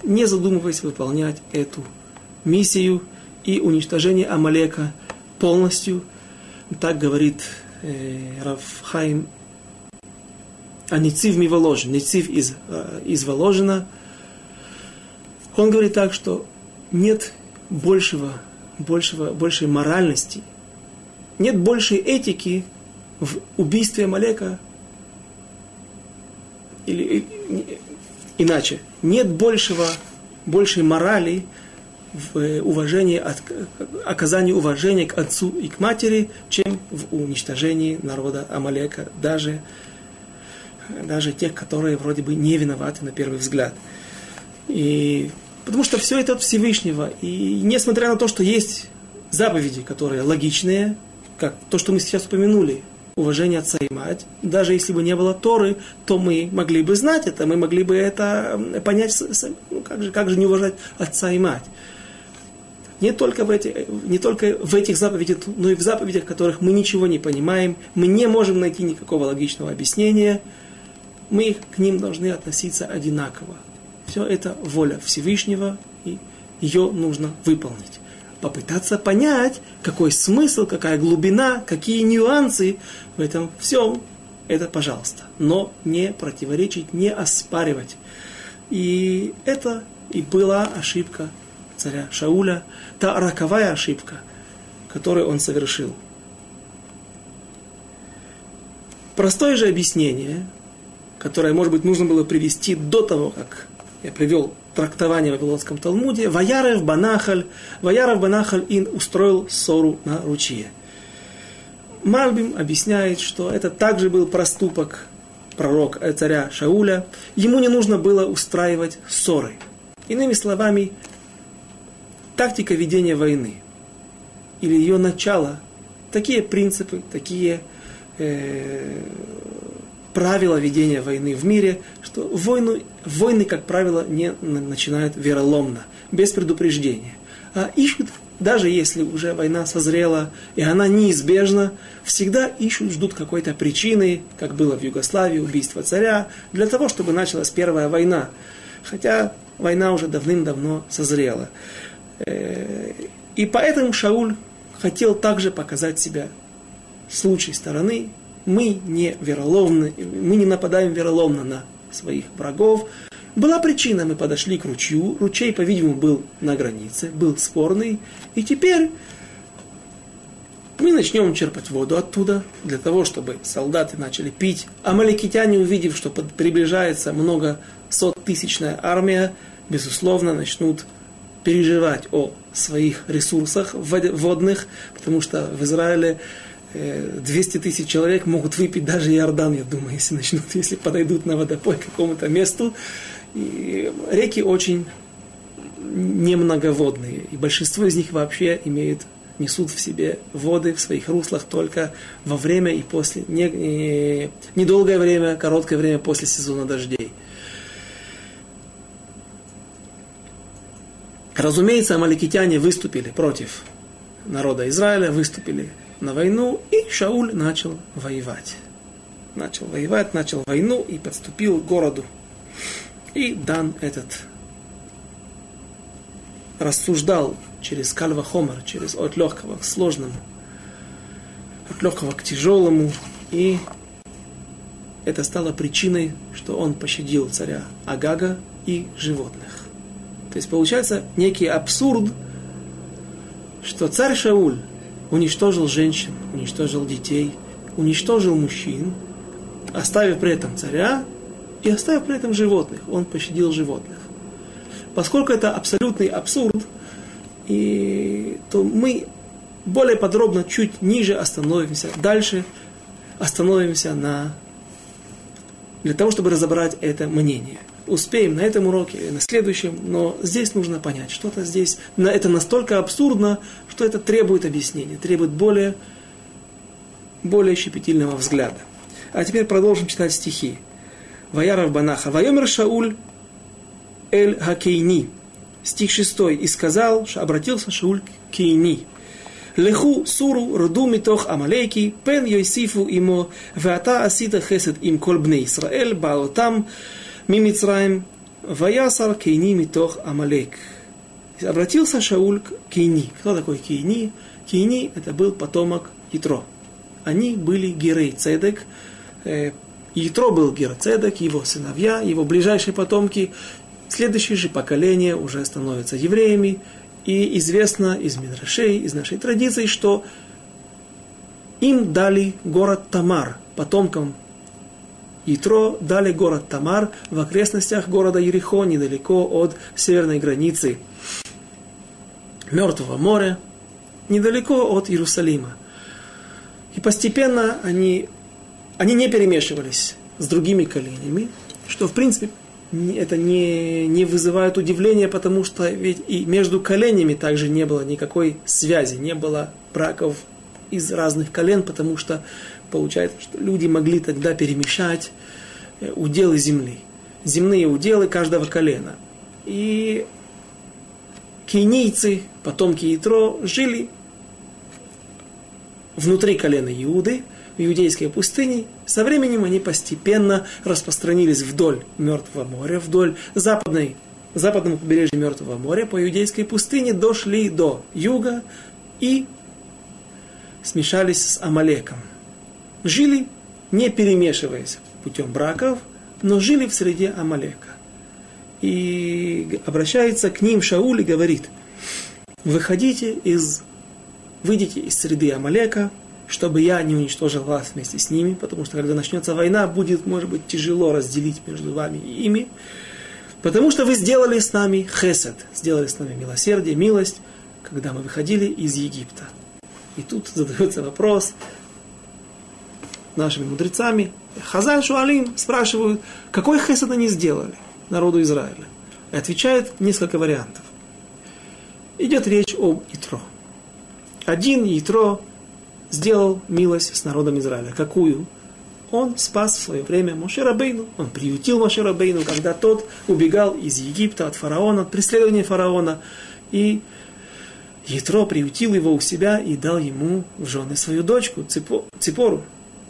не задумываясь, выполнять эту миссию и уничтожение Амалека полностью. Так говорит э, Рав Хаим а Нецив ми Воложен, Нецив из, э, из Воложина. Он говорит так, что нет большего, большего, большей моральности, нет большей этики в убийстве Амалека, или иначе, нет большего, большей морали в уважении, от, оказании уважения к отцу и к матери, чем в уничтожении народа Амалека, даже, даже тех, которые вроде бы не виноваты на первый взгляд. И, потому что все это от Всевышнего. И несмотря на то, что есть заповеди, которые логичные, как то, что мы сейчас упомянули, уважение отца и мать, даже если бы не было Торы, то мы могли бы знать это, мы могли бы это понять, ну, как же, как же не уважать отца и мать. Не только, в эти, не только в этих заповедях, но и в заповедях, в которых мы ничего не понимаем, мы не можем найти никакого логичного объяснения, мы к ним должны относиться одинаково. Все это воля Всевышнего, и ее нужно выполнить. Попытаться понять, какой смысл, какая глубина, какие нюансы в этом всем, это пожалуйста. Но не противоречить, не оспаривать. И это и была ошибка царя Шауля, та роковая ошибка, которую он совершил. Простое же объяснение, которое, может быть, нужно было привести до того, как я привел трактование в Вавилонском Талмуде, «Ваярев банахаль», «Ваярев банахаль ин» устроил ссору на ручье. Мальбим объясняет, что это также был проступок пророка, царя Шауля. Ему не нужно было устраивать ссоры. Иными словами, тактика ведения войны или ее начало, такие принципы, такие э, правила ведения войны в мире, что войну, войны, как правило, не начинают вероломно, без предупреждения. А ищут, даже если уже война созрела, и она неизбежна, всегда ищут, ждут какой-то причины, как было в Югославии, убийство царя, для того, чтобы началась первая война. Хотя война уже давным-давно созрела. И поэтому Шауль хотел также показать себя с лучшей стороны. Мы не вероломны, мы не нападаем вероломно на своих врагов. Была причина, мы подошли к ручью. Ручей, по-видимому, был на границе, был спорный. И теперь мы начнем черпать воду оттуда, для того, чтобы солдаты начали пить. Амаликитяне, увидев, что приближается многосоттысячная армия, безусловно, начнут переживать о своих ресурсах водных, потому что в Израиле двести тысяч человек могут выпить даже Иордан, я думаю, если начнут, если подойдут на водопой к какому-то месту. И реки очень немноговодные, и большинство из них вообще имеют, несут в себе воды в своих руслах только во время и после, не, не, недолгое время, короткое время после сезона дождей. Разумеется, амаликитяне выступили против народа Израиля, выступили на войну, и Шауль начал воевать. Начал воевать, начал войну и подступил к городу. И дан этот рассуждал через кальва хомер, через от легкого к сложному, от легкого к тяжелому, и это стало причиной, что он пощадил царя Агага и животных. То есть получается некий абсурд, что царь Шауль уничтожил женщин, уничтожил детей, уничтожил мужчин, оставив при этом царя и оставив при этом животных. Он пощадил животных. Поскольку это абсолютный абсурд, и, то мы более подробно чуть ниже остановимся, дальше остановимся на, для того, чтобы разобрать это мнение. Успеем на этом уроке, на следующем, но здесь нужно понять, что-то здесь, это настолько абсурдно, что это требует объяснения, требует более, более щепетильного взгляда. А теперь продолжим читать стихи. Ваяров банаха. Вайомер Шауль эль хакейни. Стих шестой. И сказал, что обратился Шауль к Кейни. Леху суру роду митох амалейки, пен йойсифу имо, веата асита хесед им кол бней Исраэль, баотам, мимицраем, Ваясар Кейни митох Амалек. Обратился Шауль к Кейни. Кто такой Кейни? Кейни это был потомок Итро. Они были Герей Цедек. Итро был Гер Цедек, его сыновья, его ближайшие потомки. Следующее же поколение уже становятся евреями. И известно из Мидрашей, из нашей традиции, что им дали город Тамар, потомкам Итро дали город Тамар в окрестностях города Ерихон, недалеко от северной границы Мертвого моря, недалеко от Иерусалима. И постепенно они, они не перемешивались с другими коленями, что в принципе это не, не вызывает удивления, потому что ведь и между коленями также не было никакой связи, не было браков из разных колен, потому что получается, что люди могли тогда перемешать уделы земли, земные уделы каждого колена. И кейнийцы, потомки Итро, жили внутри колена Иуды, в иудейской пустыне. Со временем они постепенно распространились вдоль Мертвого моря, вдоль западной, западного побережья Мертвого моря, по иудейской пустыне дошли до юга и смешались с Амалеком. Жили, не перемешиваясь путем браков, но жили в среде Амалека. И обращается к ним Шауль и говорит: выходите из, выйдите из среды Амалека, чтобы я не уничтожил вас вместе с ними, потому что когда начнется война, будет, может быть, тяжело разделить между вами и ими, потому что вы сделали с нами хесед, сделали с нами милосердие, милость, когда мы выходили из Египта. И тут задается вопрос нашими мудрецами. Хазаль Шуалим спрашивают, какой хесед они сделали народу Израиля. И отвечает несколько вариантов. Идет речь об Итро. Один Итро сделал милость с народом Израиля. Какую? Он спас в свое время Моше Рабейну. Он приютил Моше Рабейну, когда тот убегал из Египта от фараона, от преследования фараона. И Итро приютил его у себя и дал ему в жены свою дочку Ципору.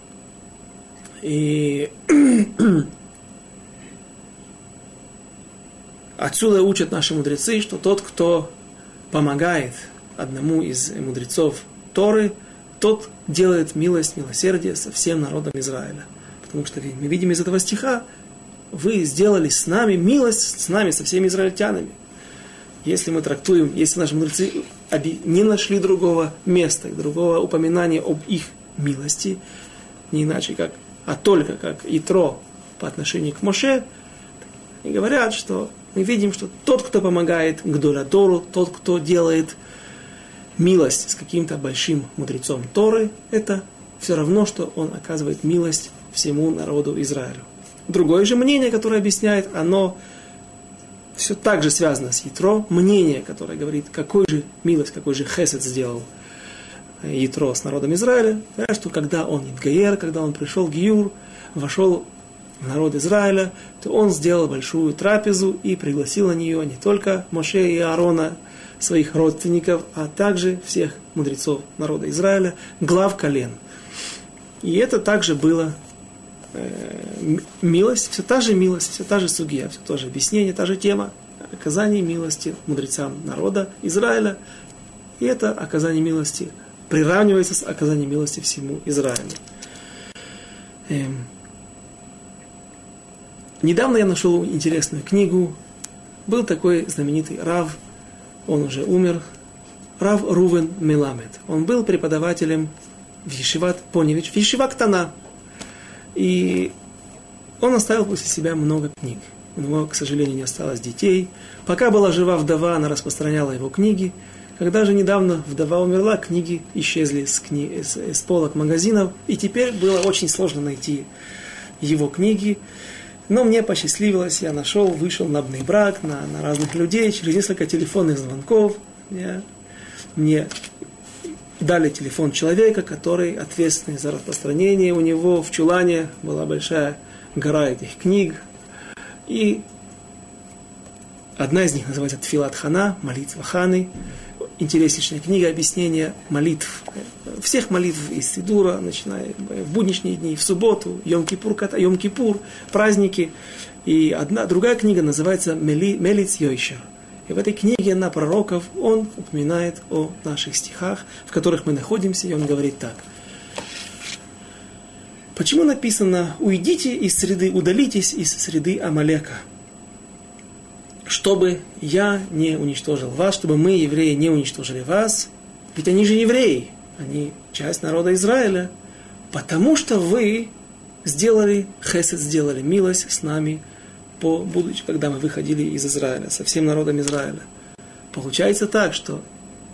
И отсюда учат наши мудрецы, что тот, кто помогает одному из мудрецов Торы, тот делает милость, милосердие со всем народом Израиля. Потому что мы видим из этого стиха: вы сделали с нами милость, с нами, со всеми израильтянами. Если мы трактуем, если наши мудрецы не нашли другого места, другого упоминания об их милости, не иначе как, а только как Итро по отношению к Моше, и говорят, что мы видим, что тот, кто помогает Гдоль Тору, тот, кто делает милость с каким-то большим мудрецом Торы, это все равно, что он оказывает милость всему народу Израилю. Другое же мнение, которое объясняет, оно все так же связано с Итро, мнение, которое говорит, какой же милость, какой же хесед сделал Итро с народом Израиля, что когда он Идгаер, когда он пришел в Гиюр, вошел в народ Израиля, то он сделал большую трапезу и пригласил на нее не только Моше и Аарона, своих родственников, а также всех мудрецов народа Израиля, глав колен. И это также было э, милость, все та же милость, все та же сугия, все то же объяснение, та же тема оказания милости мудрецам народа Израиля. И это оказание милости приравнивается с оказанием милости всему Израилю. Эм. Недавно я нашел интересную книгу. Был такой знаменитый рав, он уже умер, рав Рувен Меламед. Он был преподавателем в Ешиват Поневич, в Ешиват Ктана. И он оставил после себя много книг. У него, к сожалению, не осталось детей. Пока была жива вдова, она распространяла его книги. Когда же недавно вдова умерла, книги исчезли с, кни... с, с полок магазинов. И теперь было очень сложно найти его книги. Но мне посчастливилось, я нашел, вышел на Бней Брак, на, на разных людей, через несколько телефонных звонков. Я, мне дали телефон человека, который ответственный за распространение. У него в чулане была большая гора этих книг. И одна из них называется Тфилат Хана, молитва Ханы. Интереснейшая книга объяснения молитв. Всех молитв из Сидура, начиная в будничные дни, в субботу, Йом-Кипур, Йом-Кипур, праздники. И одна, другая книга называется «Мели, Мелиц Йойшер». И в этой книге на пророков он упоминает о наших стихах, в которых мы находимся, и он говорит так. Почему написано «Уйдите из среды, удалитесь из среды Амалека», чтобы я не уничтожил вас, чтобы мы, евреи, не уничтожили вас, ведь они же евреи, они часть народа Израиля, потому что вы сделали хесед, сделали милость с нами, по, будучи, когда мы выходили из Израиля, со всем народом Израиля. Получается так, что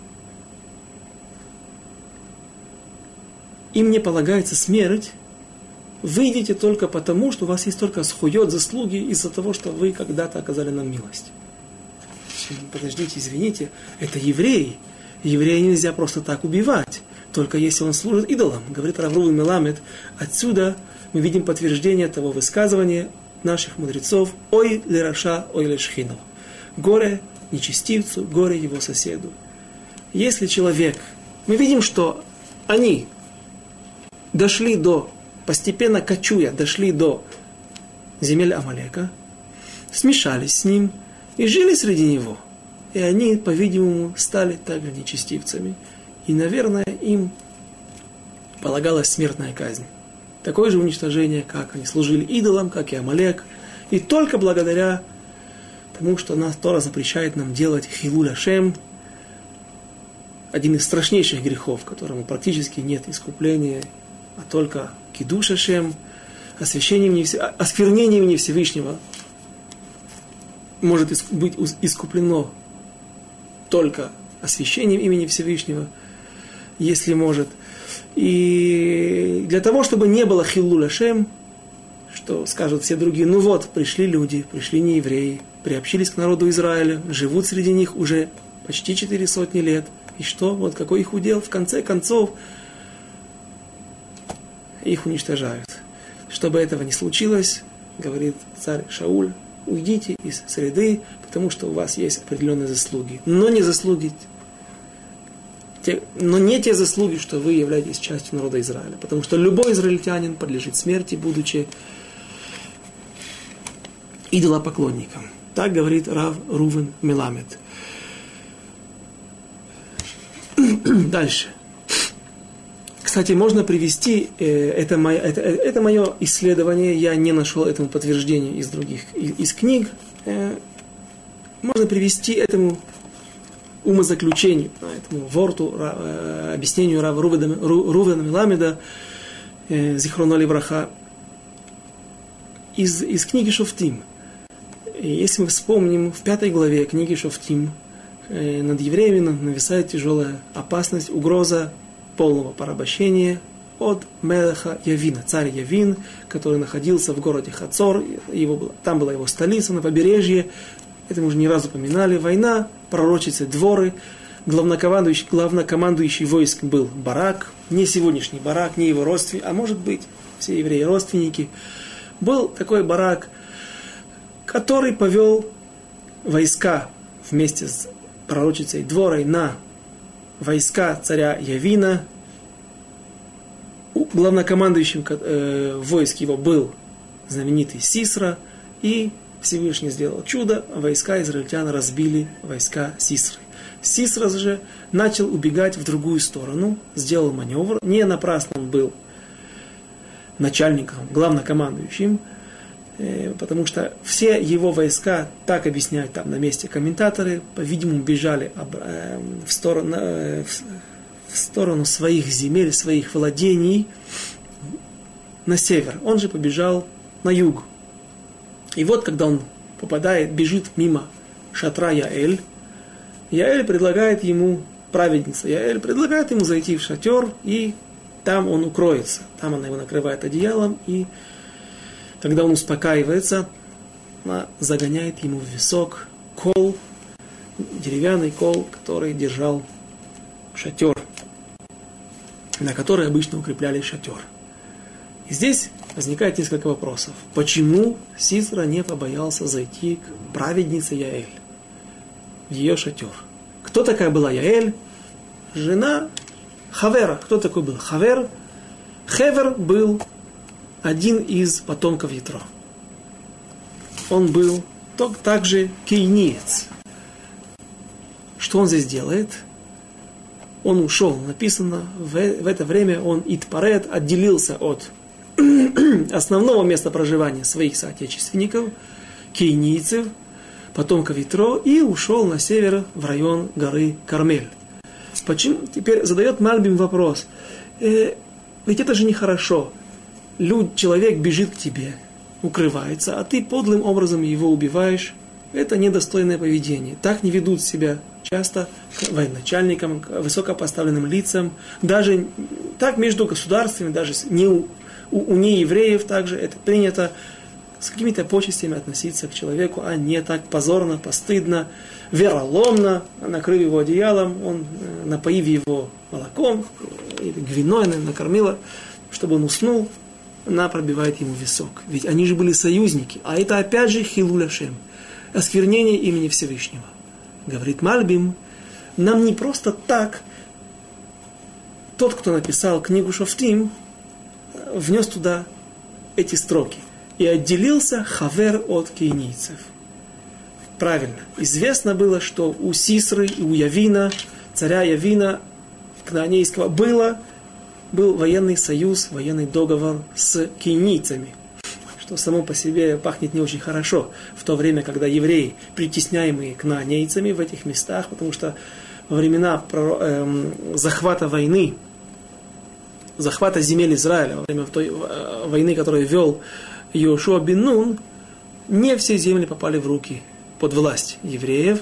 им не полагается смерть, выйдете только потому, что у вас есть только схует, заслуги из-за того, что вы когда-то оказали нам милость. Подождите, извините, это евреи. Еврея нельзя просто так убивать, только если он служит идолам. Говорит Рав Рувен Меламед. Отсюда мы видим подтверждение того высказывания наших мудрецов «Ой ле раша, ой ле шхину». Горе нечестивцу, горе его соседу. Если человек... Мы видим, что они дошли до... постепенно кочуя, дошли до земель Амалека, смешались с ним и жили среди него. И они, по-видимому, стали также нечестивцами. И, наверное, им полагалась смертная казнь. Такое же уничтожение, как они служили идолам, как и Амалек. И только благодаря тому, что нас Тора запрещает нам делать хилуль Ашем, один из страшнейших грехов, которому практически нет искупления, а только кидуш Ашем, освящением не все, осквернением не Всевышнего может быть искуплено только освящением имени Всевышнего, если может. И для того, чтобы не было хиллуль Ашем, что скажут все другие, ну вот, пришли люди, пришли неевреи, приобщились к народу Израиля, живут среди них уже почти четыре сотни лет. И что? Вот какой их удел? В конце концов, их уничтожают. Чтобы этого не случилось, говорит царь Шауль, уйдите из среды, потому что у вас есть определенные заслуги. Но не заслуги, те, но не те заслуги, что вы являетесь частью народа Израиля. Потому что любой израильтянин подлежит смерти, будучи идолопоклонником. Так говорит Рав Рувен Меламед. Дальше. Кстати, можно привести, э, это, мое, это, это мое исследование, я не нашел этому подтверждения из других, из, из книг. Э, можно привести этому умозаключению, этому ворту, э, объяснению Рава Рувена Меламеда, э, Зихроно левраха, из, из книги Шофтим. И если мы вспомним, в пятой главе книги Шофтим э, над евреями нависает тяжелая опасность, угроза полного порабощения от Мелеха Явина, царь Явин, который находился в городе Хацор, его было, там была его столица на побережье, это мы уже не раз упоминали, война, пророчицы Дворы, главнокомандующий, главнокомандующий войск был Барак, не сегодняшний Барак, не его родственник, а может быть, все евреи родственники, был такой Барак, который повел войска вместе с пророчицей Дворой на войска царя Явина. Главнокомандующим э, войск его был знаменитый Сисра, и Всевышний сделал чудо, войска израильтян разбили войска Сисры. Сисра же начал убегать в другую сторону, сделал маневр, не напрасно он был начальником, главнокомандующим, э, потому что все его войска, так объясняют там на месте комментаторы, по-видимому, бежали э, в, сторону, э, в, в сторону своих земель, своих владений на север. Он же побежал на юг. И вот, когда он попадает, бежит мимо шатра Яэль, Яэль предлагает ему, праведница Яэль предлагает ему зайти в шатер, и там он укроется. Там она его накрывает одеялом, и когда он успокаивается, она загоняет ему в висок кол, деревянный кол, который держал шатер, на который обычно укрепляли шатер. И здесь возникает несколько вопросов. Почему Сисра не побоялся зайти к праведнице Яэль в ее шатер? Кто такая была Яэль? Жена Хавера. Кто такой был Хавер? Хевер был один из потомков Ятро. он был также кейниец. Что он здесь делает? Он ушел, написано, в, в это время он итпарет, отделился от основного места проживания своих соотечественников, кейнийцев, потомков Итро, и ушел на север в район горы Кармель. Почему? Теперь задает Мальбим вопрос. Э, ведь это же нехорошо. Люд, человек бежит к тебе, укрывается, а ты подлым образом его убиваешь. Это недостойное поведение. Так не ведут себя часто к военачальникам, к высокопоставленным лицам. Даже так между государствами, даже не у, у, у неевреев также это принято с какими-то почестями относиться к человеку, а не так позорно, постыдно, вероломно, накрыв его одеялом, он, напоив его молоком или гвиной накормила, чтобы он уснул, она пробивает ему висок. Ведь они же были союзники, а это опять же хилуль Ашем, осквернение имени Всевышнего. Говорит Мальбим, нам не просто так тот, кто написал книгу Шофтим, внес туда эти строки. И отделился Хавер от кейнийцев. Правильно. Известно было, что у Сисры и у Явина, царя Явина, кнаанейского, было, был военный союз, военный договор с кейнийцами. Что само по себе пахнет не очень хорошо. В то время, когда евреи, притесняемые кнаанейцами в этих местах, потому что во времена э, захвата войны, захвата земель Израиля, во время той войны, которую вел Йошуа бен Нун, не все земли попали в руки под власть евреев.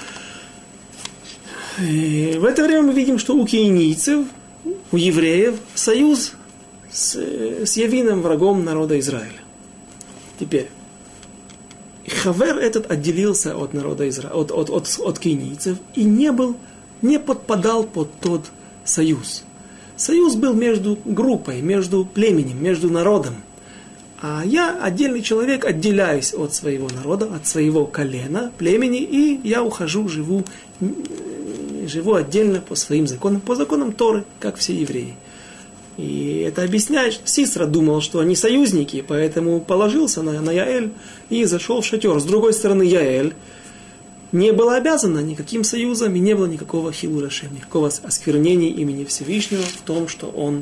И в это время мы видим, что у кейнийцев, у евреев, союз с, с Явином, врагом народа Израиля. Теперь, Хавер этот отделился от народа Израиля, от, от, от, от кейнийцев и не был, не подпадал под тот союз. Союз был между группой, между племенем, между народом. А я, отдельный человек, отделяюсь от своего народа, от своего колена, племени, и я ухожу, живу, живу отдельно по своим законам, по законам Торы, как все евреи. И это объясняет, что Сисра думал, что они союзники, поэтому положился на, на Яэль и зашел в шатер. С другой стороны, Яэль не была обязана никаким союзом, и не было никакого хилуль Ашем, никакого осквернения имени Всевышнего в том, что он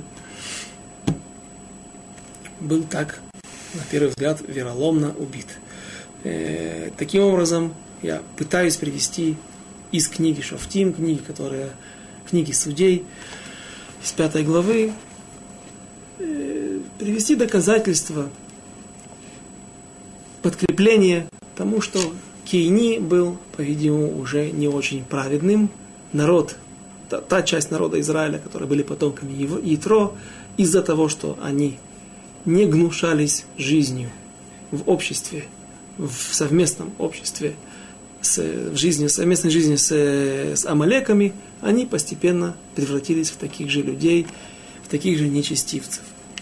был так, на первый взгляд, вероломно убит. Э, таким образом, я пытаюсь привести из книги Шофтим, книги, которая, книги судей, из пятой главы, э, привести доказательства, подкрепление тому, что Кейни был, по-видимому, уже не очень праведным. Народ, та, та часть народа Израиля, которые были потомками Итро, из-за того, что они не гнушались жизнью в обществе, в совместном обществе, с, в жизни, совместной жизни с, с амалеками, они постепенно превратились в таких же людей, в таких же нечестивцев.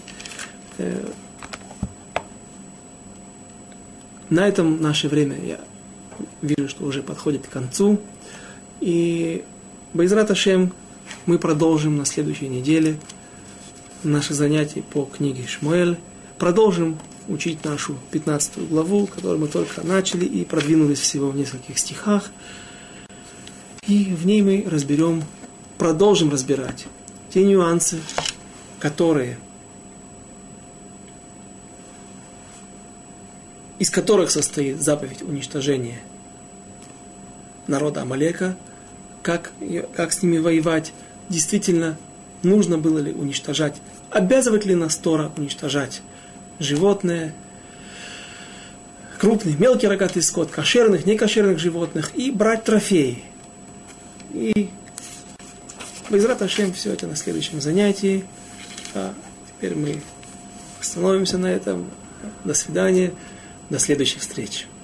На этом наше время, я вижу, что уже подходит к концу. И Бе'эзрат Ашем мы продолжим на следующей неделе наши занятия по книге Шмуэль. Продолжим учить нашу пятнадцатую главу, которую мы только начали и продвинулись всего в нескольких стихах. И в ней мы разберем, продолжим разбирать те нюансы, которые, из которых состоит заповедь уничтожения народа Амалека, как, как с ними воевать, действительно нужно было ли уничтожать, обязывает ли нас Тора уничтожать животные, крупный, мелкий рогатый скот, кошерных, некошерных животных, и брать трофеи. И Бе'эзрат Ашем все это на следующем занятии. А теперь мы остановимся на этом. До свидания. До следующих встреч.